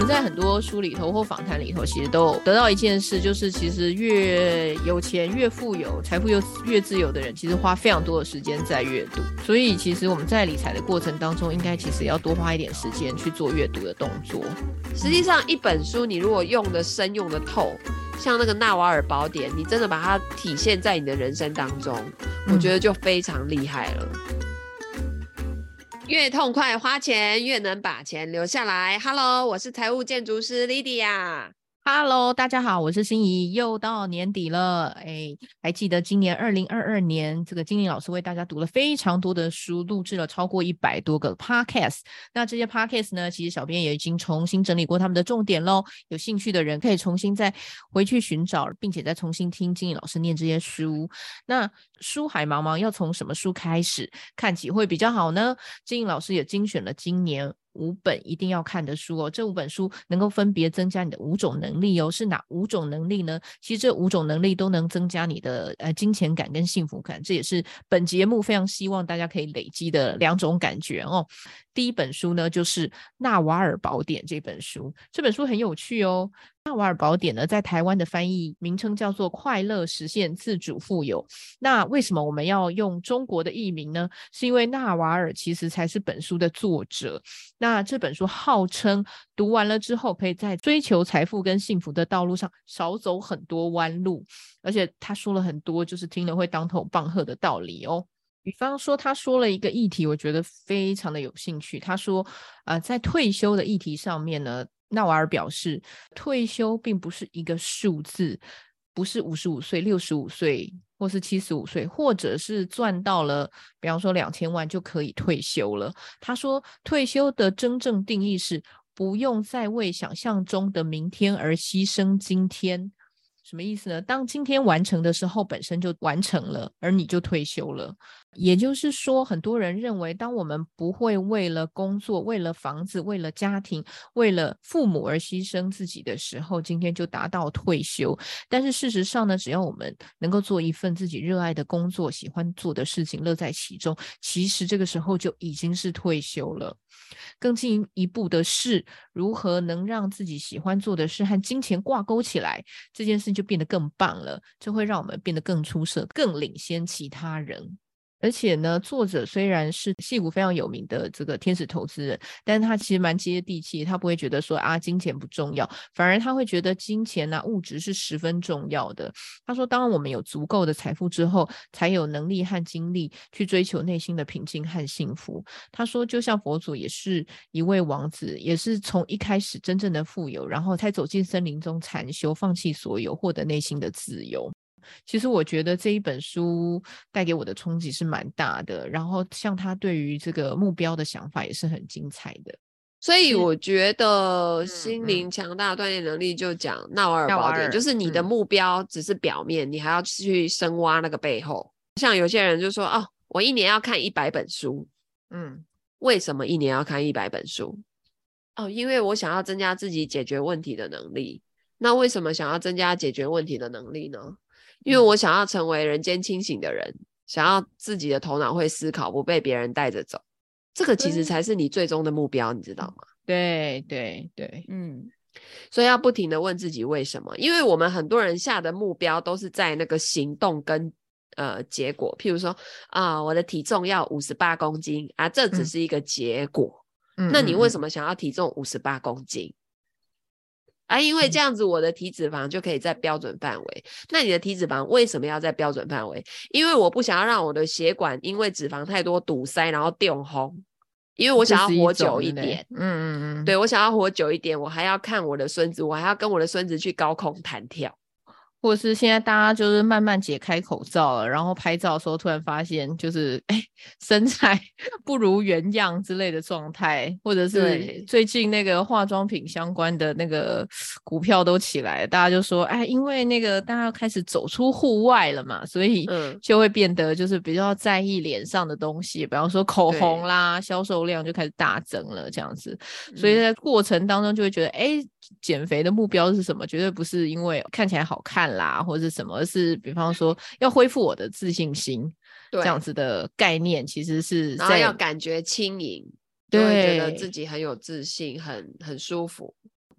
们在很多书里头或访谈里头其实都有得到一件事，就是其实越有钱越富有财富又越自由的人其实花非常多的时间在阅读，所以其实我们在理财的过程当中应该其实要多花一点时间去做阅读的动作。 实际上一本书你如果用的深用的透，像那个纳瓦尔宝典，你真的把它体现在你的人生当中，我觉得就非常厉害了。越痛快花钱，越能把钱留下来。Hello， 我是财务建筑师 Lydia。Hello， 大家好，我是心怡，又到年底了。还记得今年2022年，这个金玲老师为大家读了非常多的书，录制了超过100多个 podcast。那这些 podcast 呢，其实小编也已经重新整理过他们的重点咯，有兴趣的人可以重新再回去寻找，并且再重新听金玲老师念这些书。那书海茫茫，要从什么书开始看起会比较好呢？金玲老师也精选了今年5本一定要看的书哦，这5本书能够分别增加你的5种能力哦。是哪5种能力呢？其实这5种能力都能增加你的金钱感跟幸福感，这也是本节目非常希望大家可以累积的2种感觉哦。第一本书呢，就是《纳瓦尔宝典》这本书，这本书很有趣哦。纳瓦尔宝典呢，在台湾的翻译名称叫做《快乐实现自主富有》。那为什么我们要用中国的译名呢？是因为纳瓦尔其实才是本书的作者。那这本书号称读完了之后，可以在追求财富跟幸福的道路上少走很多弯路，而且他说了很多就是听了会当头棒喝的道理哦。比方说他说了一个议题，我觉得非常的有兴趣。他说在退休的议题上面呢，纳瓦尔表示退休并不是一个数字，不是55岁65岁或是75岁，或者是赚到了比方说2000万就可以退休了。他说退休的真正定义是不用再为想象中的明天而牺牲今天。什么意思呢？当今天完成的时候本身就完成了，而你就退休了。也就是说，很多人认为当我们不会为了工作、为了房子、为了家庭、为了父母而牺牲自己的时候，今天就达到退休。但是事实上呢，只要我们能够做一份自己热爱的工作、喜欢做的事情，乐在其中，其实这个时候就已经是退休了。更进一步的是，如何能让自己喜欢做的事和金钱挂钩起来，这件事就变得更棒了，这会让我们变得更出色，更领先其他人。而且呢，作者虽然是矽谷非常有名的这个天使投资人，但是他其实蛮接地气，他不会觉得说金钱不重要，反而他会觉得金钱物质是十分重要的。他说当我们有足够的财富之后，才有能力和精力去追求内心的平静和幸福。他说就像佛祖也是一位王子，也是从一开始真正的富有，然后才走进森林中禅修，放弃所有，获得内心的自由。其实我觉得这一本书带给我的冲击是蛮大的，然后像他对于这个目标的想法也是很精彩的。 所以我觉得心灵强大锻炼能力就讲纳瓦尔宝典，就是你的目标只是表面，你还要去深挖那个背后。像有些人就说我1年要看100本书。为什么1年要看100本书？因为我想要增加自己解决问题的能力。那为什么想要增加解决问题的能力呢？因为我想要成为人间清醒的人，想要自己的头脑会思考，不被别人带着走。这个其实才是你最终的目标，你知道吗？ 对对对， 所以要不停的问自己为什么。因为我们很多人下的目标都是在那个行动跟结果。譬如说我的体重要58公斤这只是一个结果。那你为什么想要体重58公斤？因为这样子我的体脂肪就可以在标准范围。那你的体脂肪为什么要在标准范围？因为我不想要让我的血管因为脂肪太多堵塞然后电红，因为我想要活久一点。对，我想要活久一点，我还要看我的孙子，我还要跟我的孙子去高空弹跳。 或者是现在大家就是慢慢解开口罩了，然后拍照的时候突然发现就是身材不如原样之类的状态，或者是最近那个化妆品相关的那个股票都起来了，大家就说因为那个大家开始走出户外了嘛，所以就会变得就是比较在意脸上的东西，比方说口红啦，销售量就开始大增了这样子。所以在过程当中就会觉得减肥的目标是什么？绝对不是因为看起来好看啦或者什么，而是比方说要恢复我的自信心，这样子的概念其实是在， 然后要感觉轻盈，就会觉得自己很有自信，很舒服。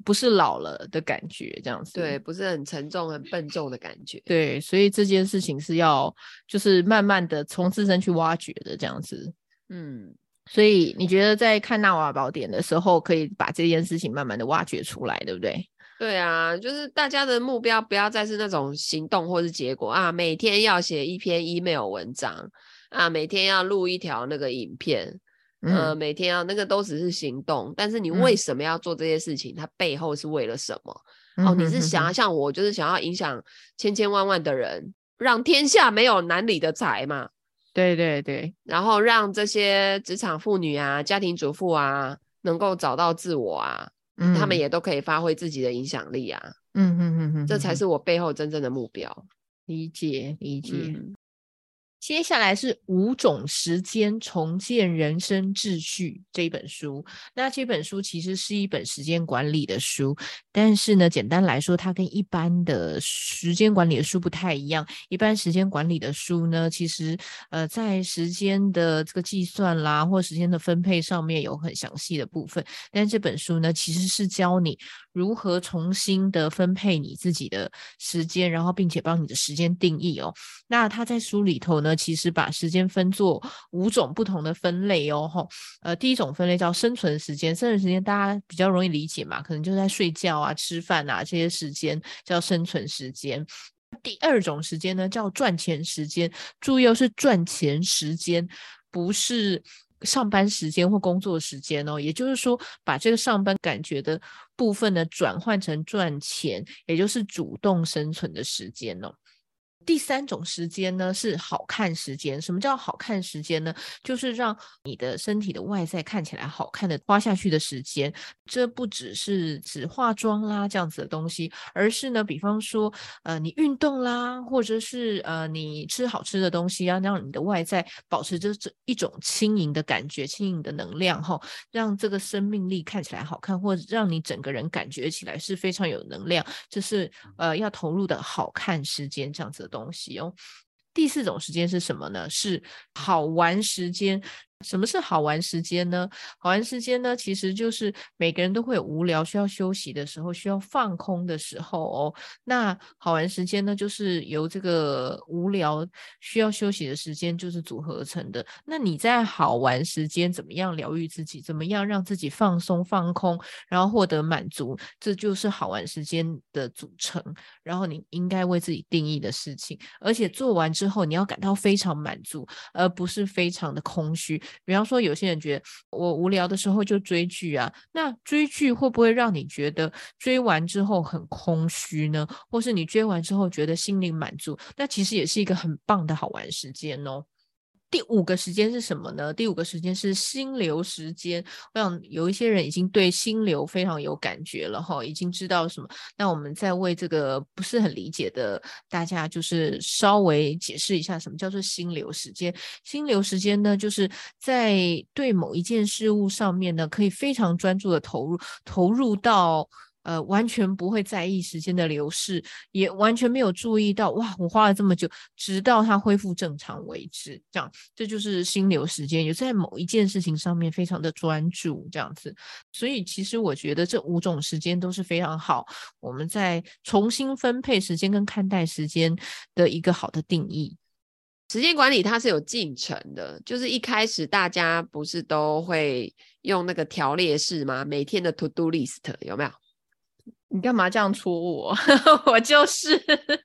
不是老了的感觉这样子。 对，不是很沉重很笨重的感觉。 对，所以这件事情是要就是慢慢的从自身去挖掘的这样子。所以你觉得在看纳瓦宝典的时候可以把这件事情慢慢的挖掘出来，对不对？ 对啊，就是大家的目标不要再是那种行动或是结果啊，每天要写一篇 email 文章啊，每天要录一条那个影片，每天要那个都只是行动，但是你为什么要做这些事情？它背后是为了什么？你是想要像我，就是想要影响千千万万的人，让天下没有难理的财嘛。 对对对， 然后让这些职场妇女啊、家庭主妇啊，能够找到自我啊，他们也都可以发挥自己的影响力啊。这才是我背后真正的目标。 理解理解。接下来是5种时间重建人生秩序这一本书。那这本书其实是一本时间管理的书，但是呢，简单来说，它跟一般的时间管理的书不太一样。一般时间管理的书呢，其实在时间的这个计算啦，或时间的分配上面有很详细的部分。但这本书呢，其实是教你如何重新的分配你自己的时间，然后并且帮你的时间定义哦。那它在书里头呢，其实把时间分作5种不同的分类哦。第一种分类叫生存时间，生存时间大家比较容易理解嘛，可能就在睡觉啊、吃饭啊这些时间叫生存时间。第2种时间呢叫赚钱时间，注意是赚钱时间，不是上班时间或工作时间哦。也就是说，把这个上班感觉的部分呢转换成赚钱，也就是主动生存的时间哦。第3种时间呢是好看时间。什么叫好看时间呢？就是让你的身体的外在看起来好看的花下去的时间。这不只是指化妆啦这样子的东西，而是呢比方说你运动啦，或者是你吃好吃的东西，要让你的外在保持着这一种轻盈的感觉，轻盈的能量，让这个生命力看起来好看，或者让你整个人感觉起来是非常有能量，这是要投入的好看时间这样子的东西哦。第4种时间是什么呢？是好玩时间。什么是好玩时间呢？好玩时间呢，其实就是每个人都会有无聊需要休息的时候，需要放空的时候哦。那好玩时间呢，就是由这个无聊需要休息的时间就是组合成的。那你在好玩时间怎么样疗愈自己，怎么样让自己放松放空，然后获得满足，这就是好玩时间的组成，然后你应该为自己定义的事情。而且做完之后你要感到非常满足，而不是非常的空虚。比方说有些人觉得我无聊的时候就追剧啊，那追剧会不会让你觉得追完之后很空虚呢？或是你追完之后觉得心灵满足，那其实也是一个很棒的好玩时间哦。第5个时间是什么呢？第5个时间是心流时间。我想有一些人已经对心流非常有感觉了已经知道什么。那我们再为这个不是很理解的大家就是稍微解释一下什么叫做心流时间。心流时间呢，就是在对某一件事物上面呢，可以非常专注的投入到完全不会在意时间的流逝，也完全没有注意到哇我花了这么久，直到它恢复正常为止，这样这就是心流时间，有在某一件事情上面非常的专注这样子。所以其实我觉得这5种时间都是非常好，我们在重新分配时间跟看待时间的一个好的定义。 时间管理它是有进程的，就是一开始大家不是都会用那个条列式吗？每天的 to do list 有没有？ 你干嘛这样戳我？我就是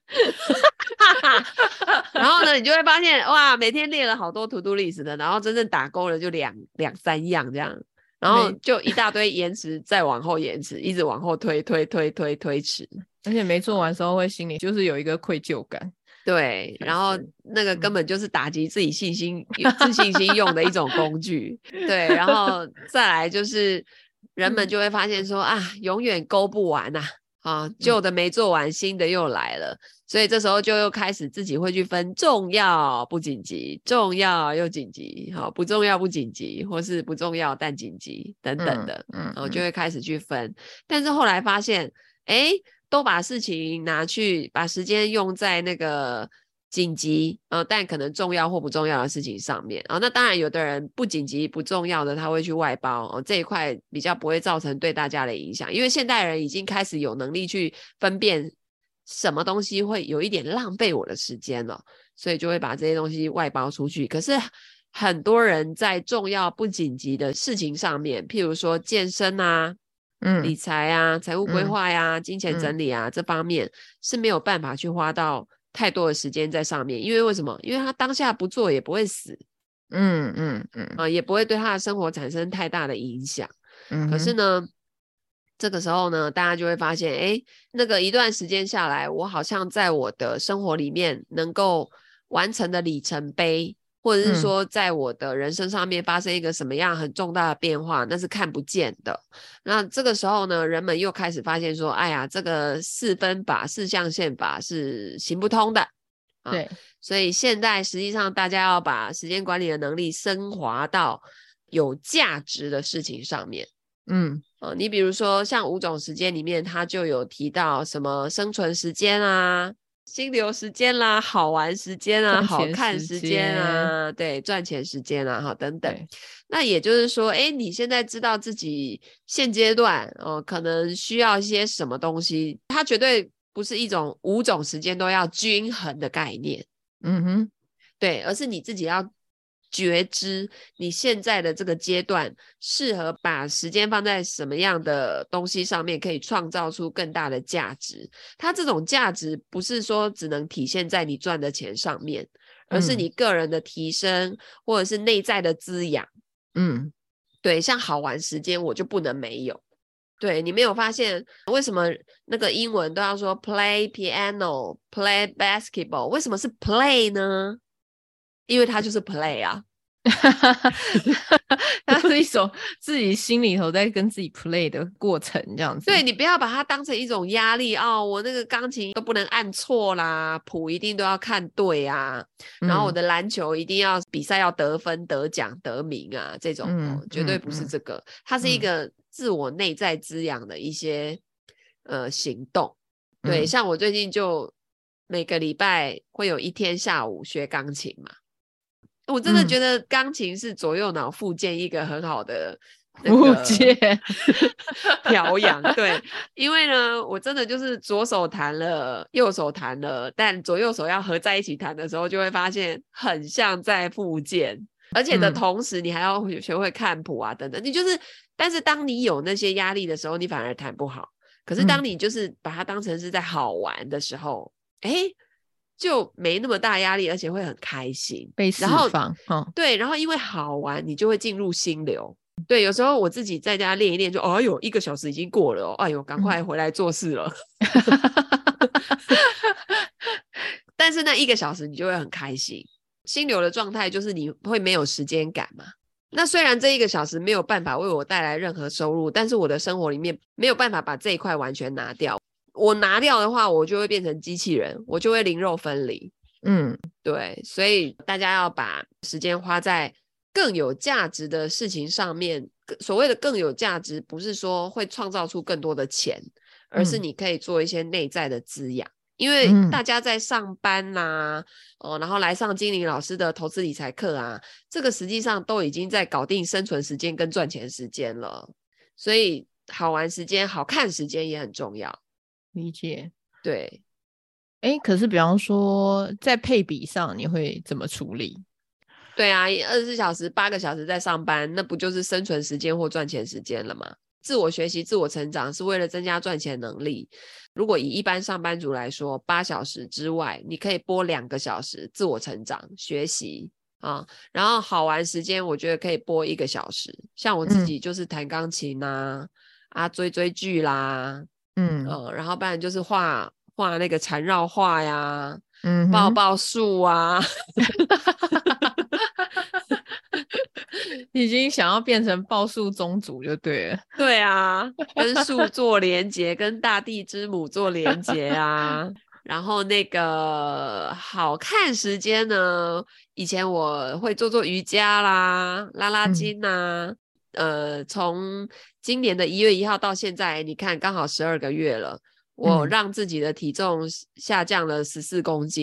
然后呢你就会发现哇每天列了好多 to do list 的，然后真正打勾了就两三样这样，然后就一大堆延迟再往后延迟，一直往后推迟， 而且没做完的时候会心里就是有一个愧疚感。 对，然后那个根本就是打击自己自信心用的一种工具。对，然后再来就是人们就会发现说永远勾不完旧的没做完，新的又来了，所以这时候就又开始自己会去分重要不紧急，重要又紧急，不重要不紧急，或是不重要但紧急等等的，然后就会开始去分。但是后来发现都把事情拿去把时间用在那个紧急但可能重要或不重要的事情上面那当然有的人不紧急不重要的他会去外包这一块比较不会造成对大家的影响，因为现代人已经开始有能力去分辨什么东西会有一点浪费我的时间了，所以就会把这些东西外包出去。可是很多人在重要不紧急的事情上面，譬如说健身啊理财啊财务规划呀金钱整理啊这方面是没有办法去花到太多的时间在上面，因为为什么？因为他当下不做也不会死也不会对他的生活产生太大的影响可是呢这个时候呢大家就会发现那个一段时间下来，我好像在我的生活里面能够完成的里程碑，或者是说在我的人生上面发生一个什么样很重大的变化，那是看不见的。那这个时候呢人们又开始发现说，哎呀这个4分法4象限法是行不通的对， 所以现在实际上大家要把时间管理的能力升华到有价值的事情上面你比如说像5种时间里面它就有提到什么生存时间啊心流时间啦好玩时间啊好看时间啊对赚钱时间啊等等那也就是说你现在知道自己现阶段可能需要一些什么东西，它绝对不是一种5种时间都要均衡的概念对，而是你自己要觉知你现在的这个阶段适合把时间放在什么样的东西上面，可以创造出更大的价值。它这种价值不是说只能体现在你赚的钱上面，而是你个人的提升或者是内在的滋养对，像好玩时间我就不能没有。对，你没有发现为什么那个英文都要说 play piano play basketball， 为什么是 play 呢？因为它就是 play 啊它是一种自己心里头在跟自己 play 的过程这样子。 对，你不要把它当成一种压力我那个钢琴都不能按错啦，谱一定都要看对啊然后我的篮球一定要比赛要得分得奖得名啊这种绝对不是这个它是一个自我内在滋养的一些行动对像我最近就每个礼拜会有1天下午学钢琴嘛，我真的觉得钢琴是左右脑复健一个很好的复健调养对，因为呢我真的就是左手弹了右手弹了，但左右手要合在一起弹的时候就会发现很像在复健，而且的同时你还要学会看谱啊等等，你就是但是当你有那些压力的时候你反而弹不好，可是当你就是把它当成是在好玩的时候就没那么大压力，而且会很开心被释放对，然后因为好玩你就会进入心流对，有时候我自己在家练一练就哎呦1个小时已经过了哎呦赶快回来做事了但是那1个小时你就会很开心，心流的状态就是你会没有时间感嘛，那虽然这1个小时没有办法为我带来任何收入，但是我的生活里面没有办法把这一块完全拿掉，我拿掉的话我就会变成机器人，我就会灵肉分离对，所以大家要把时间花在更有价值的事情上面，所谓的更有价值不是说会创造出更多的钱，而是你可以做一些内在的滋养因为大家在上班然后来上精灵老师的投资理财课这个实际上都已经在搞定生存时间跟赚钱时间了，所以好玩时间好看时间也很重要。 理解。 对可是比方说在配比上你会怎么处理？ 对啊，24小时8个小时在上班，那不就是生存时间或赚钱时间了吗？自我学习自我成长是为了增加赚钱能力，如果以一般上班族来说8小时之外你可以拨2个小时自我成长学习然后好玩时间我觉得可以拨1个小时，像我自己就是弹钢琴追剧啦然后不然就是画那个缠绕画呀抱抱树已经想要变成抱树宗主就对了。 对跟树做连结跟大地之母做连结然后那个好看时间呢，以前我会做瑜伽啦拉拉筋从今年的1月1号到现在你看刚好12个月了，我让自己的体重下降了14公斤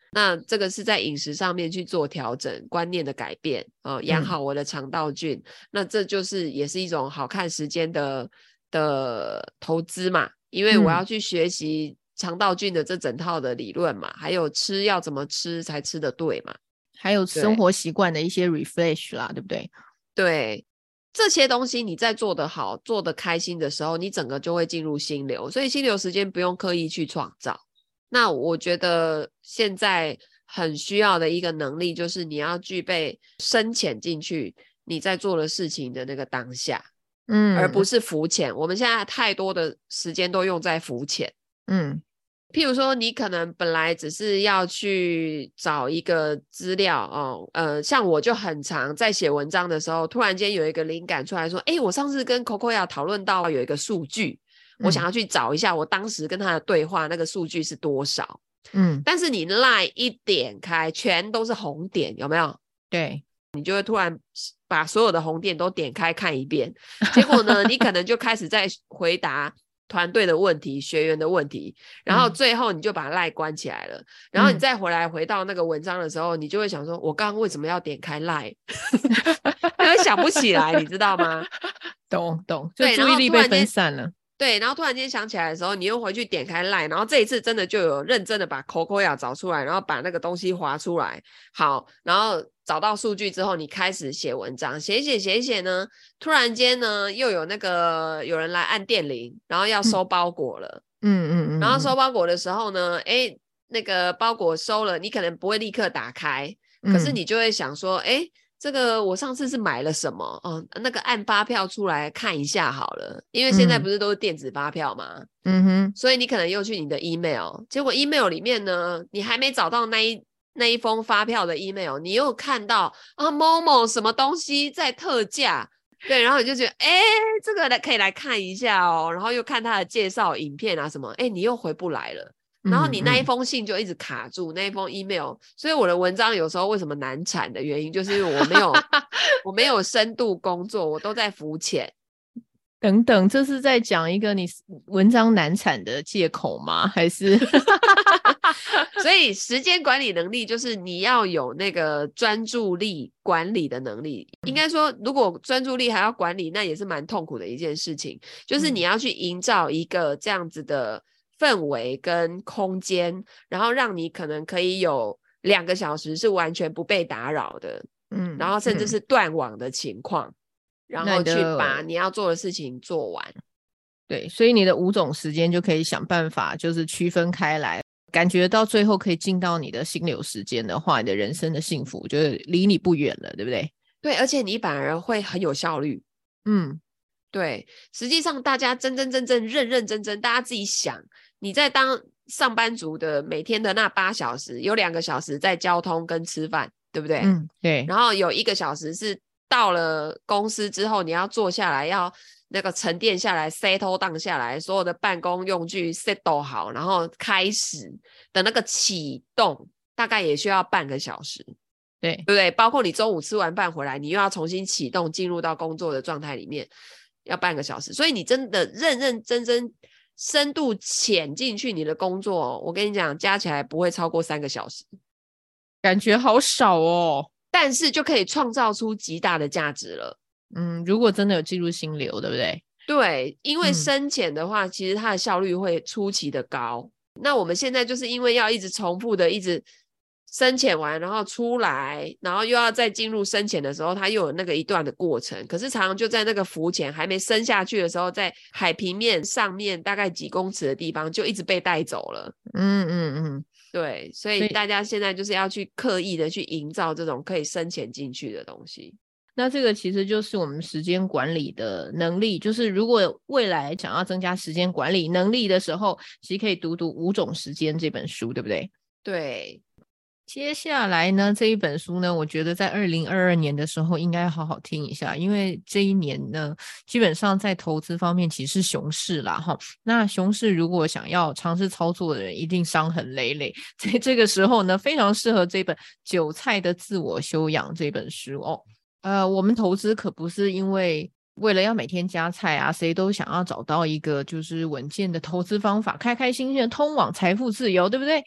那这个是在饮食上面去做调整，观念的改变，养好我的肠道菌，那这就是也是一种好看时间的投资嘛，因为我要去学习肠道菌的这整套的理论嘛，还有吃要怎么吃才吃得对嘛， 还有生活习惯的一些 refresh 啦，对不对？ 对，这些东西你在做得好做得开心的时候，你整个就会进入心流，所以心流时间不用刻意去创造。那我觉得现在很需要的一个能力就是你要具备深潜进去你在做的事情的那个当下，而不是浮潜。我们现在太多的时间都用在浮潜。譬如说你可能本来只是要去找一个资料像我就很常在写文章的时候突然间有一个灵感出来说，我上次跟 Coco 讨论到有一个数据，我想要去找一下我当时跟他的对话那个数据是多少。但是你 LINE 一点开全都是红点，有没有？ 对， 你就会突然把所有的红点都点开看一遍，结果呢你可能就开始在回答团队的问题学员的问题，然后最后你就把 LINE 关起来了，然后你再回到那个文章的时候，你就会想说我刚刚为什么要点开 LINE 因为想不起来，你知道吗？ 懂，就注意力被分散了。 对，然后突然间想起来的时候，你又回去点开 LINE， 然后这一次真的就有认真的把 Coco 找出来，然后把那个东西划出来，好，然后找到数据之后，你开始写文章，写一写呢，突然间呢又有那个有人来按电铃，然后要收包裹了，然后收包裹的时候呢，那个包裹收了，你可能不会立刻打开，可是你就会想说，这个我上次是买了什么那个按发票出来看一下好了，因为现在不是都是电子发票嘛，所以你可能又去你的 email， 结果 email 里面呢，你还没找到那一封发票的 email， 你又看到某某什么东西在特价，对，然后你就觉得这个可以来看一下然后又看他的介绍影片啊什么，你又回不来了，然后你那一封信就一直卡住，那一封 email， 所以我的文章有时候为什么难产的原因就是因为我没有深度工作，我都在浮潜。 等等，这是在讲一个你文章难产的借口吗？还是所以时间管理能力就是你要有那个专注力管理的能力，应该说如果专注力还要管理，那也是蛮痛苦的一件事情，就是你要去营造一个这样子的氛围跟空间，然后让你可能可以有2个小时是完全不被打扰的，然后甚至是断网的情况，然后去把你要做的事情做完。 对，所以你的5种时间就可以想办法就是区分开来，感觉到最后可以进到你的心流时间的话，你的人生的幸福就是离你不远了，对不对？ 对，而且你反而会很有效率。对，实际上大家真认真，大家自己想，你在当上班族的每天的那8小时，有2个小时在交通跟吃饭，对不对？ 对。 然后有1个小时是到了公司之后，你要坐下来，要那个沉淀下来 settle down 下来，所有的办公用具 settle 好，然后开始的那个启动，大概也需要半个小时。 对不对？包括你中午吃完饭回来，你又要重新启动进入到工作的状态里面，要半个小时。所以你真的认真深度潜进去你的工作，我跟你讲加起来不会超过3个小时， 感觉好少哦， 但是就可以创造出极大的价值了。 如果真的有进入心流，对不对？ 对，因为深潜的话其实它的效率会出奇的高。那我们现在就是因为要一直重复的一直深潜完然后出来，然后又要再进入深潜的时候，它又有那个一段的过程，可是常常就在那个浮潜还没深下去的时候，在海平面上面大概几公尺的地方就一直被带走了。对，所以大家现在就是要去刻意的去营造这种可以深潜进去的东西。 那这个其实就是我们时间管理的能力，就是如果未来想要增加时间管理能力的时候，其实可以读5种时间这本书，对不对？ 对。 接下来呢，这一本书呢，我觉得在2022年的时候应该好好听一下，因为这一年呢，基本上在投资方面其实是熊市啦齁。那熊市如果想要尝试操作的人，一定伤痕累累。在这个时候呢，非常适合这本《韭菜的自我修养》这本书哦。我们投资可不是为了要每天加菜啊，谁都想要找到一个就是稳健的投资方法，开开心心的通往财富自由，对不对？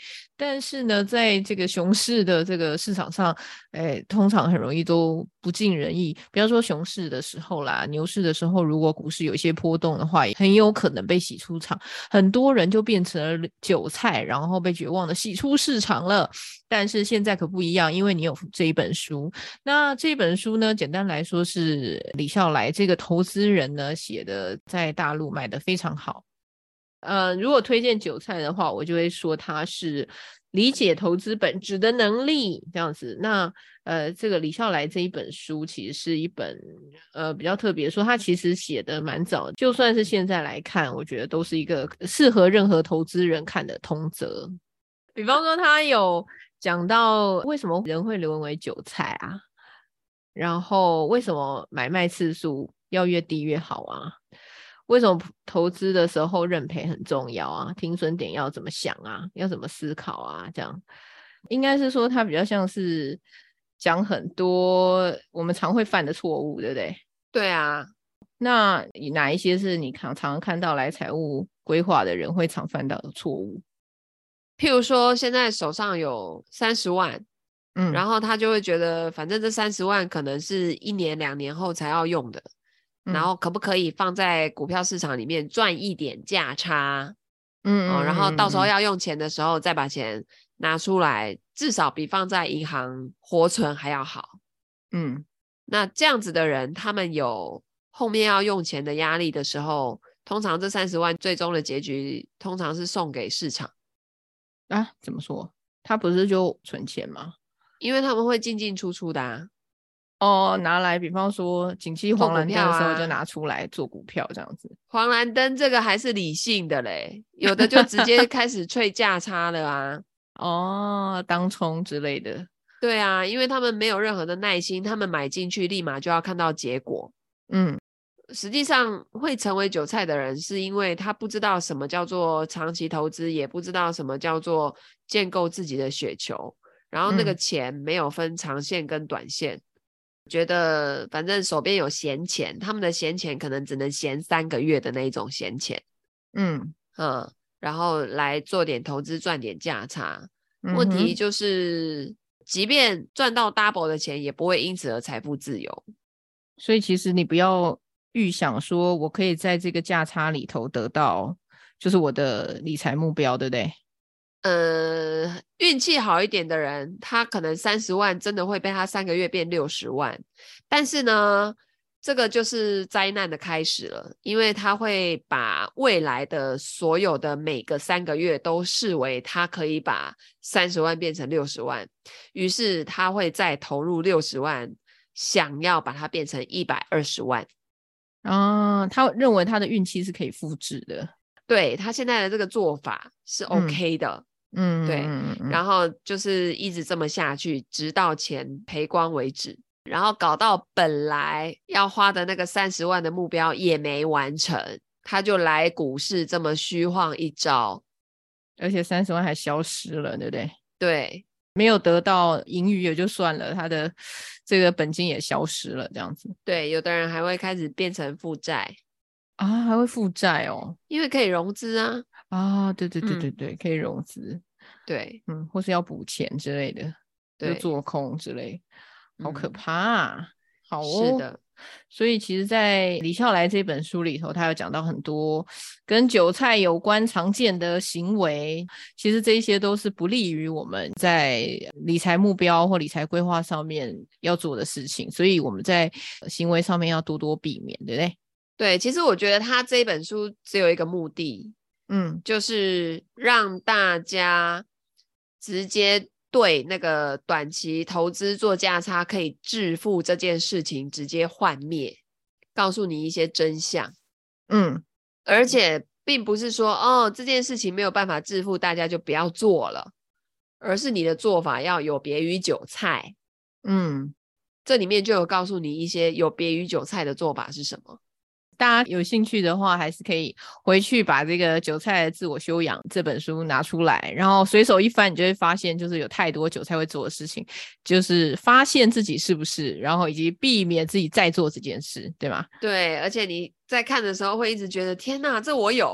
但是呢，在这个熊市的这个市场上，通常很容易都不尽人意。比方说熊市的时候啦，牛市的时候，如果股市有一些波动的话，也很有可能被洗出场，很多人就变成了韭菜，然后被绝望的洗出市场了。但是现在可不一样，因为你有这一本书。那这本书呢，简单来说是李笑来这个投资人呢写的，在大陆卖的非常好。如果推荐韭菜的话，我就会说它是理解投资本质的能力这样子。那这个李笑来这一本书其实是一本比较特别，说他其实写的蛮早，就算是现在来看，我觉得都是一个适合任何投资人看的通则。比方说他有讲到为什么人会沦为韭菜啊，然后为什么买卖次数要越低越好啊，为什么投资的时候认赔很重要啊，停损点要怎么想啊，要怎么思考啊，这样应该是说他比较像是讲很多我们常会犯的错误，对不对？ 对啊。 那哪一些是你常看到来财务规划的人会常犯到的错误？ 譬如说现在手上有30万，然后他就会觉得反正这30万可能是1年2年后才要用的，然后可不可以放在股票市场里面赚一点价差，然后到时候要用钱的时候再把钱拿出来，至少比放在银行活存还要好。那这样子的人，他们有后面要用钱的压力的时候，通常这30万最终的结局通常是送给市场啊。怎么说？他不是就存钱吗？ 因为他们会进进出出的啊。 拿来比方说景气黄蓝灯的时候就拿出来做股票这样子。 黄蓝灯这个还是理性的嘞，有的就直接开始吹价差了啊。 当冲之类的。 对啊，因为他们没有任何的耐心，他们买进去立马就要看到结果。实际上会成为韭菜的人是因为他不知道什么叫做长期投资，也不知道什么叫做建构自己的雪球，然后那个钱没有分长线跟短线，觉得反正手边有闲钱，他们的闲钱可能只能闲3个月的那一种闲钱。然后来做点投资赚点价差。问题就是即便赚到 double 的钱也不会因此而财富自由。 所以其实你不要预想说我可以在这个价差里头得到就是我的理财目标，对不对？ 运气好一点的人，他可能30万真的会被他3个月变60万，但是呢这个就是灾难的开始了，因为他会把未来的所有的每个3个月都视为他可以把30万变成60万，于是他会再投入60万，想要把它变成120万。 他认为他的运气是可以复制的。 对，他现在的这个做法是 OK 的。对，然后就是一直这么下去，直到钱赔光为止，然后搞到本来要花的那个30万的目标也没完成，他就来股市这么虚晃一招， 而且30万还消失了，对不对？ 对， 没有得到盈余也就算了，他的这个本金也消失了，这样子。 对，有的人还会开始变成负债啊，还会负债哦， 因为可以融资啊。 对，可以融资。 对， 或是要补钱之类的，就做空之类，好可怕啊。好哦， 是的。 所以其实在李笑来这本书里头，他有讲到很多跟韭菜有关常见的行为，其实这些都是不利于我们在理财目标或理财规划上面要做的事情，所以我们在行为上面要多多避免，对不对？ 对，其实我觉得他这本书只有一个目的，就是让大家直接对那个短期投资做价差可以致富这件事情直接幻灭，告诉你一些真相。而且并不是说这件事情没有办法致富大家就不要做了，而是你的做法要有别于韭菜。这里面就有告诉你一些有别于韭菜的做法是什么。 大家有兴趣的话还是可以回去把这个韭菜的自我修养这本书拿出来，然后随手一翻，你就会发现就是有太多韭菜会做的事情，就是发现自己是不是，然后以及避免自己再做这件事，对吗？ 对，而且你在看的时候会一直觉得天哪，这我有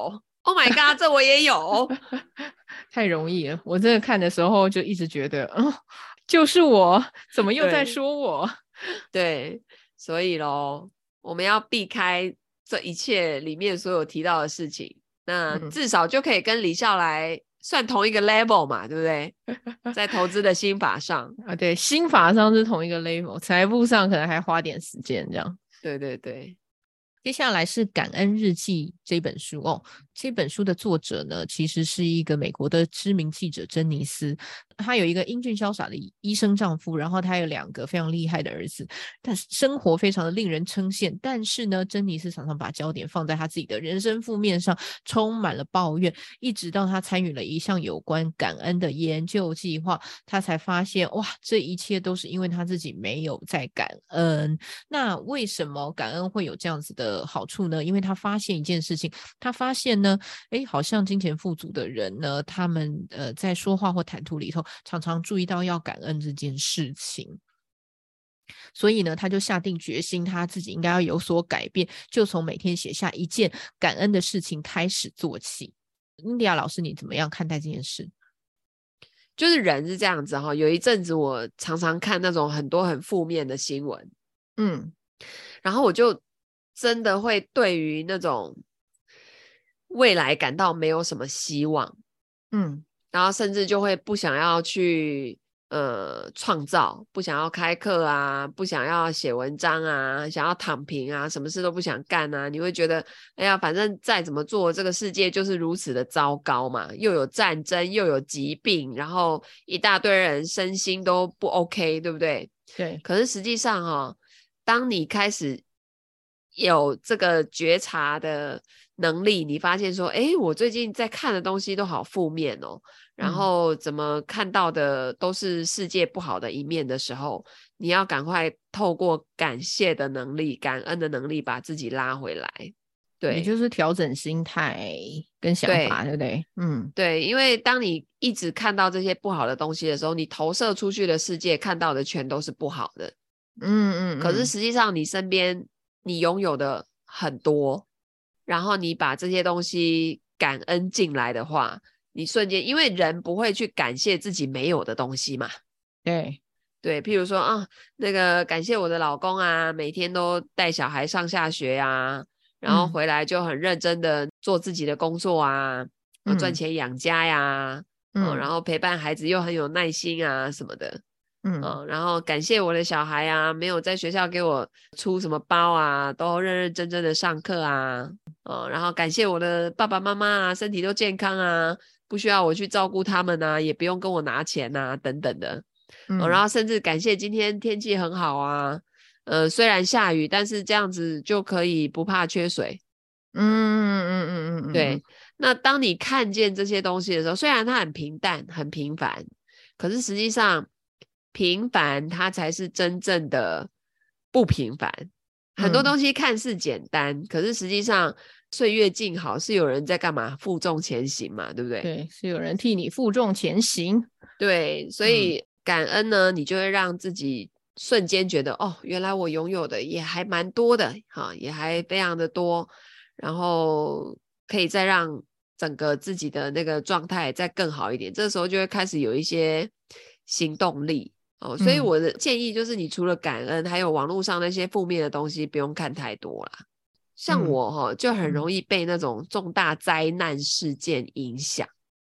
Oh my god， 这我也有。 太容易了，我真的看的时候就一直觉得，就是我，怎么又在说我？ 对，所以咯，我们要避开这一切里面所有提到的事情，那至少就可以跟李笑来算同一个 level 嘛，对不对？在投资的心法上啊，对，心法上是同一个 level， 财务上可能还花点时间这样。 对对对。 接下来是感恩日记这本书哦，这本书的作者呢，其实是一个美国的知名记者珍妮斯，她有一个英俊潇洒的医生丈夫，然后她有2个非常厉害的儿子，但是生活非常的令人称羡。但是呢，珍妮斯常常把焦点放在她自己的人生负面上，充满了抱怨，一直到她参与了一项有关感恩的研究计划，她才发现哇，这一切都是因为她自己没有在感恩。那为什么感恩会有这样子的好处呢？因为他发现一件事情，他发现呢，好像金钱富足的人呢，他们在说话或谈吐里头，常常注意到要感恩这件事情。所以呢，他就下定决心，他自己应该要有所改变，就从每天写下一件感恩的事情开始做起。印迪亚老师，你怎么样看待这件事？ 就是人是这样子哈，有一阵子我常常看那种很多很负面的新闻，然后我就真的会对于那种未来感到没有什么希望，然后甚至就会不想要去创造，不想要开课啊，不想要写文章啊，想要躺平啊，什么事都不想干啊。你会觉得哎呀，反正再怎么做这个世界就是如此的糟糕嘛，又有战争又有疾病，然后一大堆人身心都不 OK， 对不对？ 对。 可是实际上当你开始有这个觉察的能力，你发现说我最近在看的东西都好负面哦，然后怎么看到的都是世界不好的一面的时候，你要赶快透过感谢的能力、感恩的能力把自己拉回来。对， 也就是调整心态跟想法， 对不对？ 对，因为当你一直看到这些不好的东西的时候，你投射出去的世界看到的全都是不好的。可是实际上你身边你拥有的很多，然后你把这些东西感恩进来的话，你瞬间，因为人不会去感谢自己没有的东西嘛。对，譬如说那个感谢我的老公啊，每天都带小孩上下学啊，然后回来就很认真的做自己的工作啊，赚钱养家呀，然后陪伴孩子又很有耐心啊什么的。然后感谢我的小孩啊，没有在学校给我出什么包啊，都认认真真的上课啊。然后感谢我的爸爸妈妈啊，身体都健康啊，不需要我去照顾他们啊，也不用跟我拿钱啊等等的。然后甚至感谢今天天气很好啊，虽然下雨，但是这样子就可以不怕缺水。对，那当你看见这些东西的时候，虽然它很平淡很平凡，可是实际上平凡它才是真正的不平凡。很多东西看似简单，可是实际上岁月静好是有人在干嘛？负重前行嘛，对不对？ 对，是有人替你负重前行。 对，所以感恩呢，你就会让自己瞬间觉得原来我拥有的也还蛮多的，也还非常的多，然后可以再让整个自己的那个状态再更好一点，这时候就会开始有一些行动力。所以我的建议就是，你除了感恩，还有网络上那些负面的东西不用看太多啦。像我就很容易被那种重大灾难事件影响。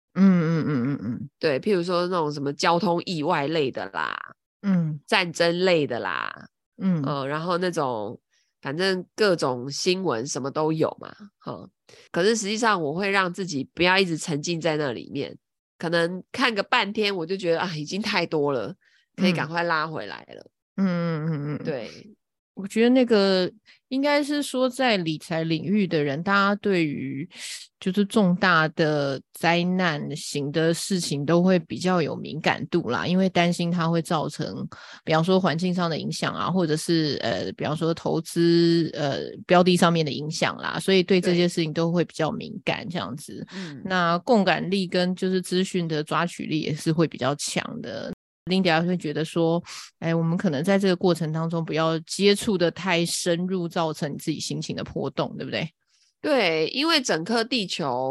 对，譬如说那种什么交通意外类的啦，战争类的啦，然后那种反正各种新闻什么都有嘛。可是实际上我会让自己不要一直沉浸在那里面，可能看个半天我就觉得已经太多了，可以赶快拉回来了。对， 我觉得那个应该是说，在理财领域的人，大家对于就是重大的灾难型的事情都会比较有敏感度啦，因为担心它会造成比方说环境上的影响啊，或者是比方说投资标的上面的影响啦，所以对这些事情都会比较敏感这样子。那共感力跟就是资讯的抓取力也是会比较强的。Linda 会觉得说我们可能在这个过程当中不要接触的太深入，造成你自己心情的波动，对不对？ 对，因为整颗地球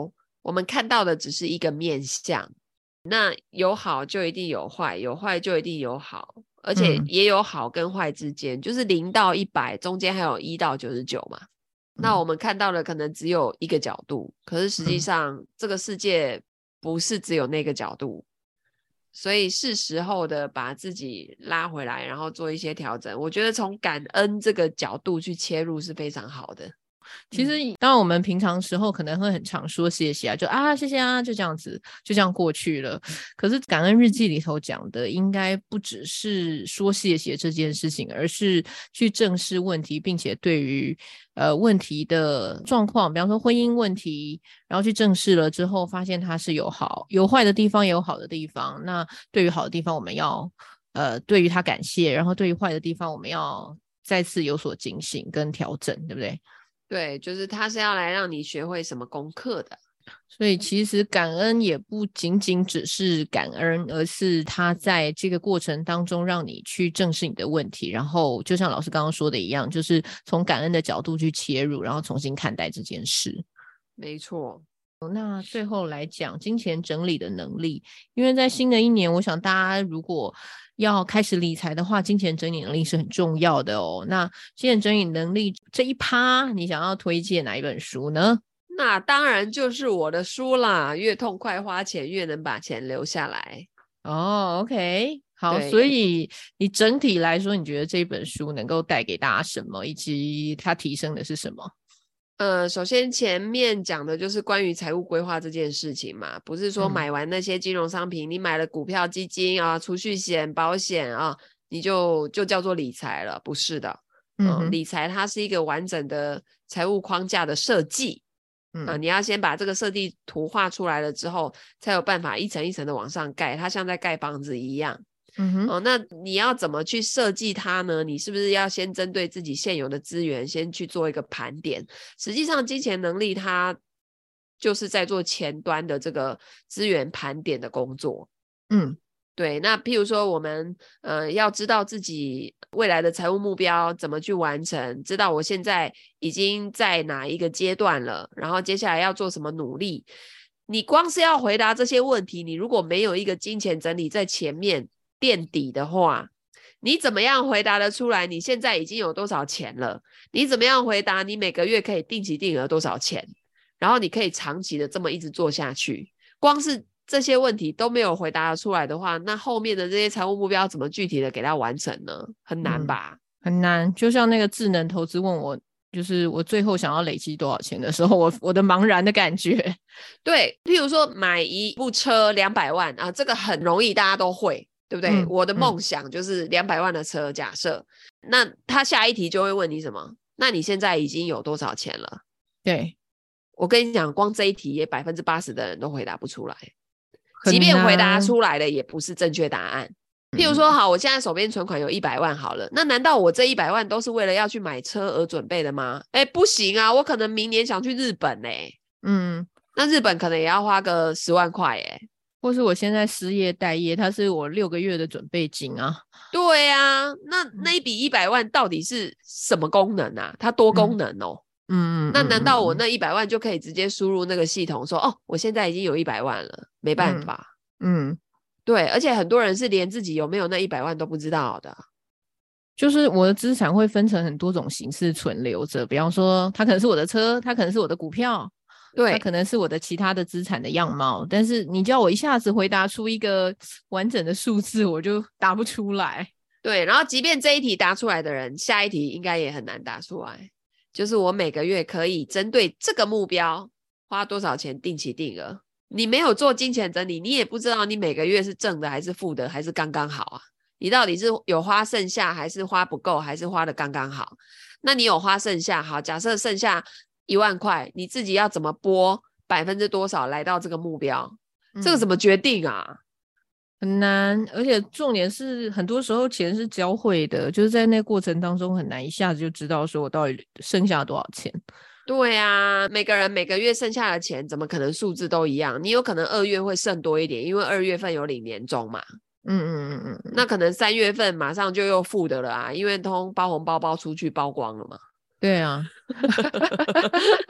我们看到的只是一个面向，那有好就一定有坏，有坏就一定有好，而且也有好跟坏之间，就是0到100中间还有1到99嘛。那我们看到的可能只有一个角度，可是实际上这个世界不是只有那个角度，所以是时候的把自己拉回来，然后做一些调整。我觉得从感恩这个角度去切入是非常好的。 其实当然我们平常时候可能会很常说谢谢啊，就啊谢谢啊，就这样子就这样过去了。可是感恩日记里头讲的应该不只是说谢谢这件事情，而是去正视问题，并且对于问题的状况，比方说婚姻问题，然后去正视了之后发现它是有好有坏的地方，也有好的地方。那对于好的地方我们要对于它感谢，然后对于坏的地方我们要再次有所警醒跟调整，对不对？ 对，就是他是要来让你学会什么功课的。 所以其实感恩也不仅仅只是感恩，而是他在这个过程当中让你去正视你的问题，然后就像老师刚刚说的一样，就是从感恩的角度去切入，然后重新看待这件事。 没错。 那最后来讲金钱整理的能力，因为在新的一年，我想大家如果要开始理财的话，金钱整理能力是很重要的哦。那金钱整理能力这一趴，你想要推荐哪一本书呢？ 那当然就是我的书啦，越痛快花钱，越能把钱留下来。 哦，OK，好，所以你整体来说，你觉得这本书能够带给大家什么，以及它提升的是什么？ 首先前面讲的就是关于财务规划这件事情嘛，不是说买完那些金融商品，你买了股票、基金啊、储蓄险、保险啊，你就叫做理财了，不是的。理财它是一个完整的财务框架的设计。你要先把这个设计图画出来了之后，才有办法一层一层的往上盖，它像在盖房子一样。那你要怎么去设计它呢？你是不是要先针对自己现有的资源先去做一个盘点？实际上金钱能力它就是在做前端的这个资源盘点的工作。对，那譬如说我们要知道自己未来的财务目标怎么去完成，知道我现在已经在哪一个阶段了，然后接下来要做什么努力。你光是要回答这些问题，你如果没有一个金钱整理在前面垫底的话，你怎么样回答得出来你现在已经有多少钱了？你怎么样回答你每个月可以定期定额多少钱？然后你可以长期的这么一直做下去，光是这些问题都没有回答出来的话，那后面的这些财务目标怎么具体的给它完成呢？很难吧？ 很难。就像那个智能投资问我，就是我最后想要累积多少钱的时候，我的茫然的感觉。 对，譬如说买一部车200万啊，这个很容易，大家都会，对不对？我的梦想就是200万的车，假设，那他下一题就会问你什么？那你现在已经有多少钱了？ 对， 我跟你讲，光这一题也80%的人都回答不出来。即便回答出来了也不是正确答案。譬如说好，我现在手边存款有100万好了，那难道我这100万都是为了要去买车而准备的吗？不行啊，我可能明年想去日本那日本可能也要花个10万块或是我现在失业待业，它是我6个月的准备金啊。 对啊，那一笔100万到底是什么功能啊？它多功能哦。那难道我那100万就可以直接输入那个系统说我现在已经有100万了？没办法。对，而且很多人是连自己有没有那100万都不知道的。 就是我的资产会分成很多种形式存留着，比方说它可能是我的车，它可能是我的股票， 对， 它可能是我的其他的资产的样貌，但是你叫我一下子回答出一个完整的数字，我就答不出来。 对，然后即便这一题答出来的人，下一题应该也很难答出来。就是我每个月可以针对这个目标花多少钱定期定额。你没有做金钱整理，你也不知道你每个月是正的还是负的，还是刚刚好啊？你到底是有花剩下，还是花不够，还是花的刚刚好？那你有花剩下，好，假设剩下1万块，你自己要怎么拨%多少来到这个目标？这个怎么决定啊？ 很难，而且重点是很多时候钱是交汇的，就是在那个过程当中很难一下子就知道说我到底剩下多少钱。 对啊，每个人每个月剩下的钱怎么可能数字都一样？你有可能2月会剩多一点，因为2月份有领年终嘛。那可能3月份马上就又负的了啊，因为通包红包包出去包光了嘛。 对啊。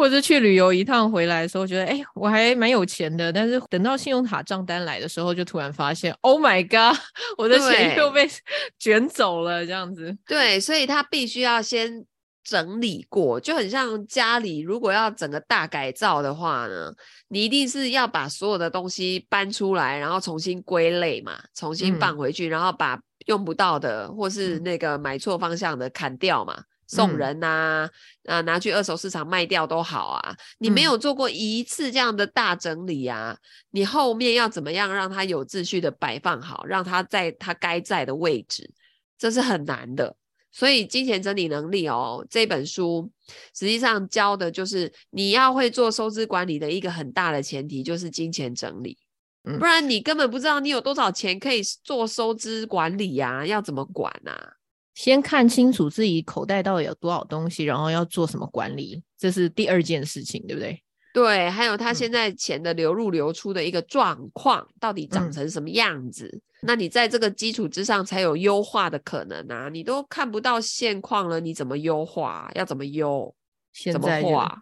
或者去旅游一趟回来的时候，觉得我还蛮有钱的，但是等到信用卡账单来的时候，就突然发现 Oh my god， 我的钱又被卷走了这样子。 对，所以他必须要先整理过，就很像家里如果要整个大改造的话呢，你一定是要把所有的东西搬出来，然后重新归类嘛，重新放回去，然后把用不到的或是那个买错方向的砍掉嘛，送人啊，拿去二手市场卖掉都好啊。你没有做过一次这样的大整理啊，你后面要怎么样让它有秩序的摆放好，让它在它该在的位置，这是很难的。所以金钱整理能力这本书实际上教的就是你要会做收支管理的一个很大的前提就是金钱整理，不然你根本不知道你有多少钱可以做收支管理啊，要怎么管啊？ 先看清楚自己口袋到底有多少东西，然后要做什么管理，这是第二件事情，对不对？ 对，还有他现在钱的流入流出的一个状况到底长成什么样子，那你在这个基础之上才有优化的可能啊，你都看不到现况了，你怎么优化？要怎么优？怎么画？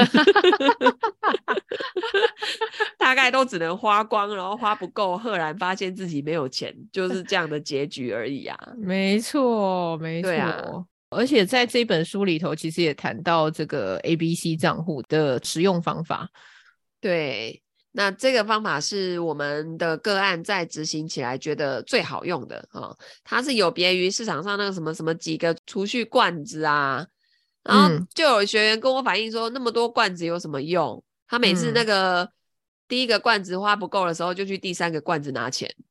大概都只能花光，然后花不够，赫然发现自己没有钱，就是这样的结局而已啊。 没错没错、而且在这本书里头其实也谈到这个 ABC 账户的使用方法。 对，那这个方法是我们的个案在执行起来觉得最好用的它是有别于市场上那个什么什么几个储蓄罐子啊，然后就有学员跟我反映说那么多罐子有什么用，他每次那个第一个罐子花不够的时候就去第三个罐子拿钱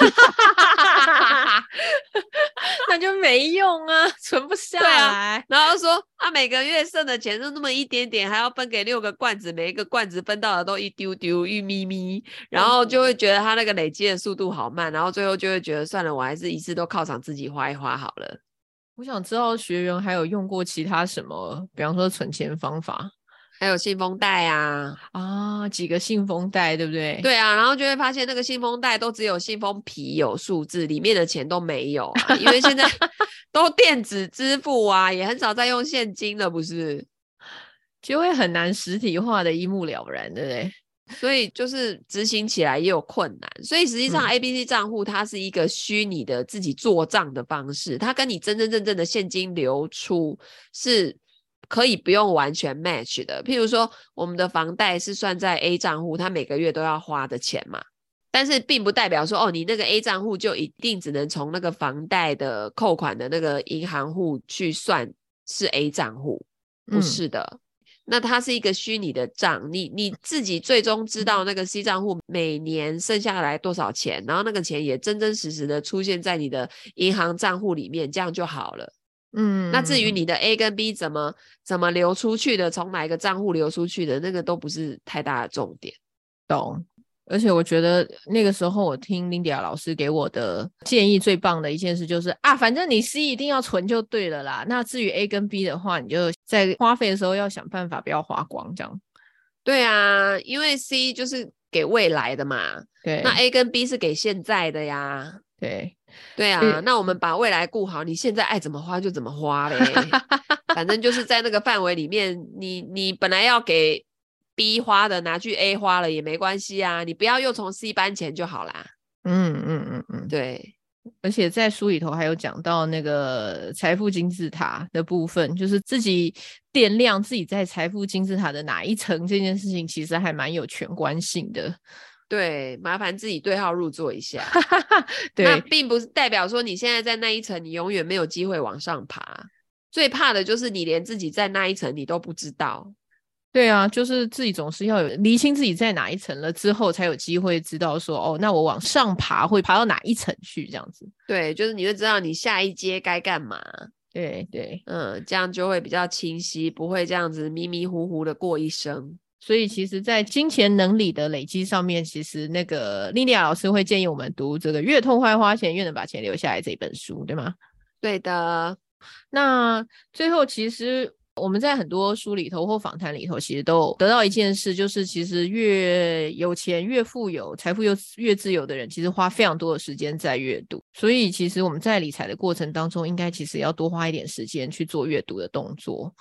那就没用啊，存不下来。 然后说每个月剩的钱就那么一点点，还要分给6个罐子，每一个罐子分到的都一丢丢一咪咪，然后就会觉得他那个累积的速度好慢，然后最后就会觉得算了，我还是一次都犒赏自己花一花好了。 我想知道学员还有用过其他什么，比方说存钱方法， 还有信封袋几个信封袋，对不对？ 对啊，然后就会发现那个信封袋都只有信封皮有数字，里面的钱都没有因为现在都电子支付也很少再用现金了，不是？ 就会很难实体化的一目了然，对不对？ 所以就是执行起来也有困难，所以实际上 ABC 账户它是一个虚拟的自己做账的方式，它跟你真真正正的现金流出是可以不用完全 match 的。譬如说我们的房贷是算在 A 账户，它每个月都要花的钱嘛，但是并不代表说你那个 A 账户就一定只能从那个房贷的扣款的那个银行户去算是 A 账户，不是的。那它是一个虚拟的账，你自己最终知道那个 C 账户每年剩下来多少钱，然后那个钱也真真实实的出现在你的银行账户里面，这样就好了。那至于你的 A 跟 B 怎么流出去的，从哪一个账户流出去的，那个都不是太大的重点。 懂。而且我觉得那个时候我听 Linda 老师给我的建议最棒的一件事就是反正你 C 一定要存就对了啦，那至于 A 跟 B 的话，你就在花费的时候要想办法不要花光这样。 对啊，因为 C 就是给未来的嘛， 对， 那 A 跟 B 是给现在的呀。对啊，那我们把未来顾好，你现在爱怎么花就怎么花呗反正就是在那个范围里面，你本来要给 B 花的拿去 A 花了也没关系啊，你不要又从 C 搬钱就好啦。对。 而且在书里头还有讲到那个财富金字塔的部分，就是自己掂量自己在财富金字塔的哪一层，这件事情其实还蛮有全观性的。 对，麻烦自己对号入座一下对， 那并不是代表说你现在在那一层你永远没有机会往上爬，最怕的就是你连自己在那一层你都不知道。 对啊，就是自己总是要有厘清自己在哪一层了之后才有机会知道说那我往上爬会爬到哪一层去这样子。 对，就是你会知道你下一阶该干嘛。 对， 这样就会比较清晰，不会这样子迷迷糊糊的过一生。 所以其实在金钱能力的累积上面，其实那个莉莉亚老师会建议我们读这个越痛快花钱越能把钱留下来这本书，对吗？ 对的。 那最后其实我们在很多书里头或访谈里头其实都得到一件事，就是其实越有钱越富有财富越自由的人其实花非常多的时间在阅读，所以其实我们在理财的过程当中应该其实要多花一点时间去做阅读的动作。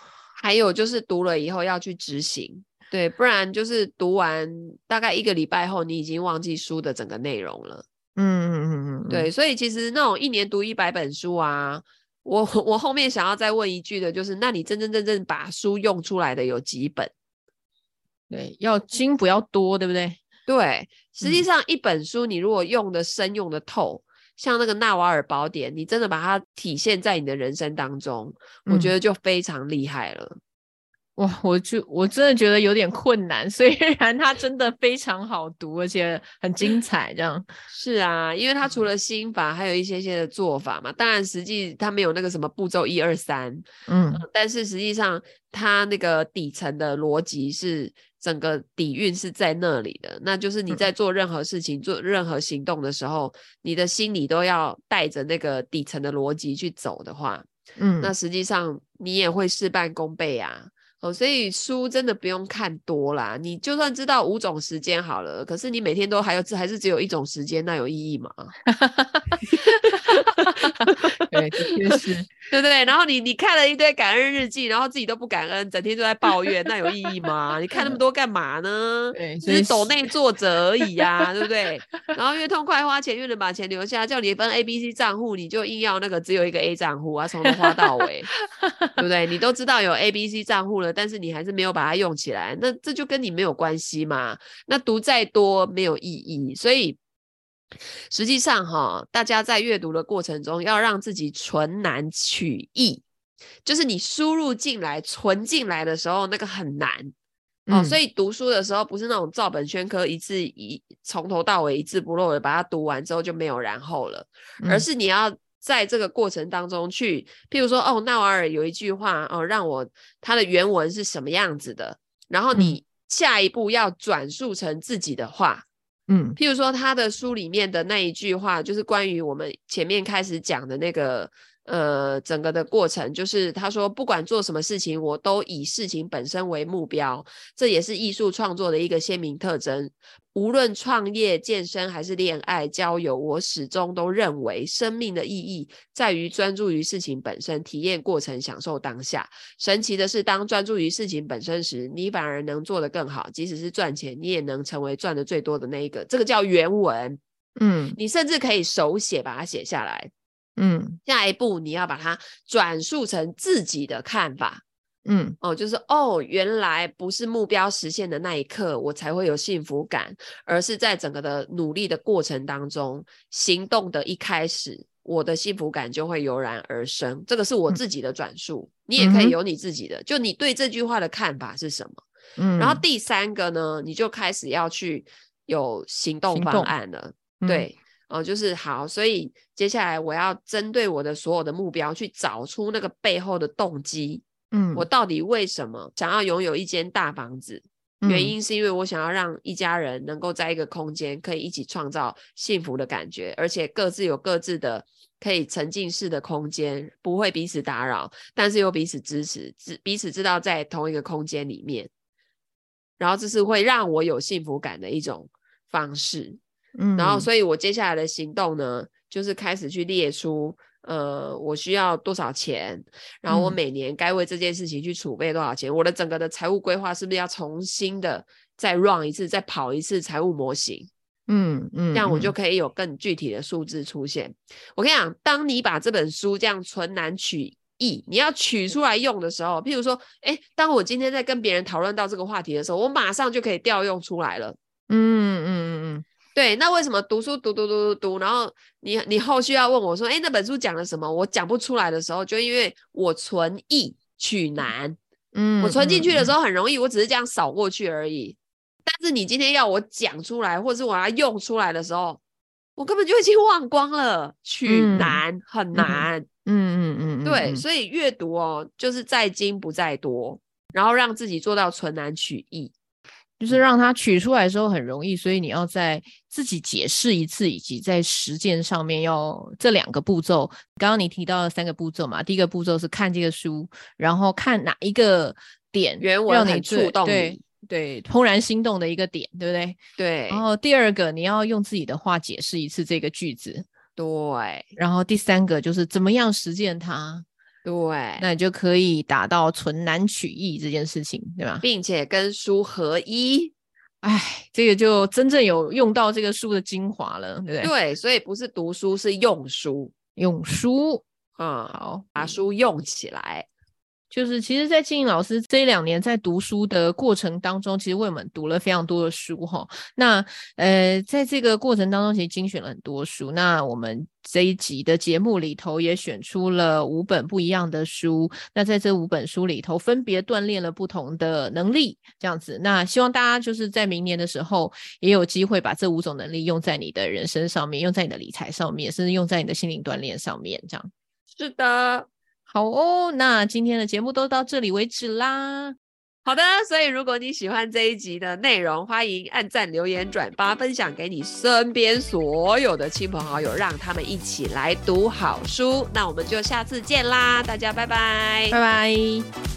还有就是读了以后要去执行，对，不然就是读完大概1个礼拜后，你已经忘记书的整个内容了。对，所以其实那种1年读100本书啊，我后面想要再问一句的就是，那你真正把书用出来的有几本？ 对，要精不要多，对不对？ 对，实际上一本书你如果用的深用的透，像那个纳瓦尔宝典，你真的把它体现在你的人生当中，我觉得就非常厉害了。 哇，我真的觉得有点困难，虽然它真的非常好读，而且很精彩，这样。 是啊，因为它除了心法，还有一些的做法嘛。当然，实际它没有那个什么步骤1、2、3，但是实际上它那个底层的逻辑是整个底蕴是在那里的。那就是你在做任何事情、做任何行动的时候，你的心里都要带着那个底层的逻辑去走的话，那实际上你也会事半功倍啊。所以书真的不用看多啦，你就算知道5种时间好了，可是你每天都还是只有1种时间，那有意义吗？ 对，的确是， 对不对？然后你看了一堆感恩日记，然后自己都不感恩，整天都在抱怨，那有意义吗？你看那么多干嘛呢？ 对， 只是抖内作者而已呀，对不对？然后越痛快花钱，越能把钱留下，叫你分 ABC 账户，你就硬要那个只有一个 A 账户啊，从头花到尾，对不对？你都知道有 ABC 账户了，但是你还是没有把它用起来，那这就跟你没有关系嘛。那读再多没有意义，所以实际上大家在阅读的过程中要让自己存难取易，就是你输入进来存进来的时候那个很难所以读书的时候不是那种照本宣科从头到尾一字不漏的把它读完之后就没有然后了，而是你要在这个过程当中去，譬如说纳瓦尔有一句话让我他的原文是什么样子的，然后你下一步要转述成自己的话。譬如说他的书里面的那一句话，就是关于我们前面开始讲的那个整个的过程，就是他说不管做什么事情，我都以事情本身为目标，这也是艺术创作的一个鲜明特征。无论创业、健身还是恋爱、交友，我始终都认为生命的意义在于专注于事情本身，体验过程，享受当下。神奇的是，当专注于事情本身时，你反而能做得更好，即使是赚钱，你也能成为赚得最多的那一个。这个叫原文。你甚至可以手写把它写下来。下一步你要把它转述成自己的看法。就是原来不是目标实现的那一刻我才会有幸福感，而是在整个的努力的过程当中，行动的一开始，我的幸福感就会油然而生。这个是我自己的转述，你也可以有你自己的，就你对这句话的看法是什么。然后第3个呢，你就开始要去有行动方案了。对就是好，所以接下来我要针对我的所有的目标去找出那个背后的动机。我到底为什么想要拥有一间大房子？原因是因为我想要让一家人能够在一个空间可以一起创造幸福的感觉，而且各自有各自的可以沉浸式的空间，不会彼此打扰，但是又彼此支持，彼此知道在同一个空间里面，然后这是会让我有幸福感的一种方式。然后所以我接下来的行动呢，就是开始去列出我需要多少钱，然后我每年该为这件事情去储备多少钱，我的整个的财务规划是不是要重新的再 run 一次，再跑一次财务模型。这样我就可以有更具体的数字出现。我跟你讲，当你把这本书这样存难取易，你要取出来用的时候，譬如说当我今天在跟别人讨论到这个话题的时候，我马上就可以调用出来了。对，那为什么读书读，然后你后续要问我说那本书讲了什么，我讲不出来的时候，就因为我存易取难。我存进去的时候很容易，我只是这样扫过去而已，但是你今天要我讲出来，或是我要用出来的时候，我根本就已经忘光了。取难很难。对，所以阅读就是在精不在多，然后让自己做到存难取易， 就是让它取出来的时候很容易，所以你要再自己解释一次，以及在实践上面要这2个步骤。刚刚你提到了3个步骤嘛，第一个步骤是看这个书，然后看哪一个点原文很触动你， 对怦然心动的一个点，对不对？ 对。 然后第2个你要用自己的话解释一次这个句子， 对。 然后第3个就是怎么样实践它。 对， 那你就可以达到存难取易这件事情，对吧？ 并且跟书合一。 哎，这个就真正有用到这个书的精华了，对不对？ 对，所以不是读书，是用书。 用书， 好，把书用起来。 就是其实在金莹老师这2年在读书的过程当中，其实为我们读了非常多的书齁。那在这个过程当中其实精选了很多书，那我们这一集的节目里头也选出了5本不一样的书，那在这5本书里头分别锻炼了不同的能力，这样子。那希望大家就是在明年的时候也有机会把这5种能力用在你的人生上面，用在你的理财上面，甚至用在你的心灵锻炼上面，这样。 是的。 好哦，那今天的节目都到这里为止啦。 好的，所以如果你喜欢这一集的内容，欢迎按赞、留言、转发，分享给你身边所有的亲朋好友，让他们一起来读好书。那我们就下次见啦，大家拜拜， 拜拜。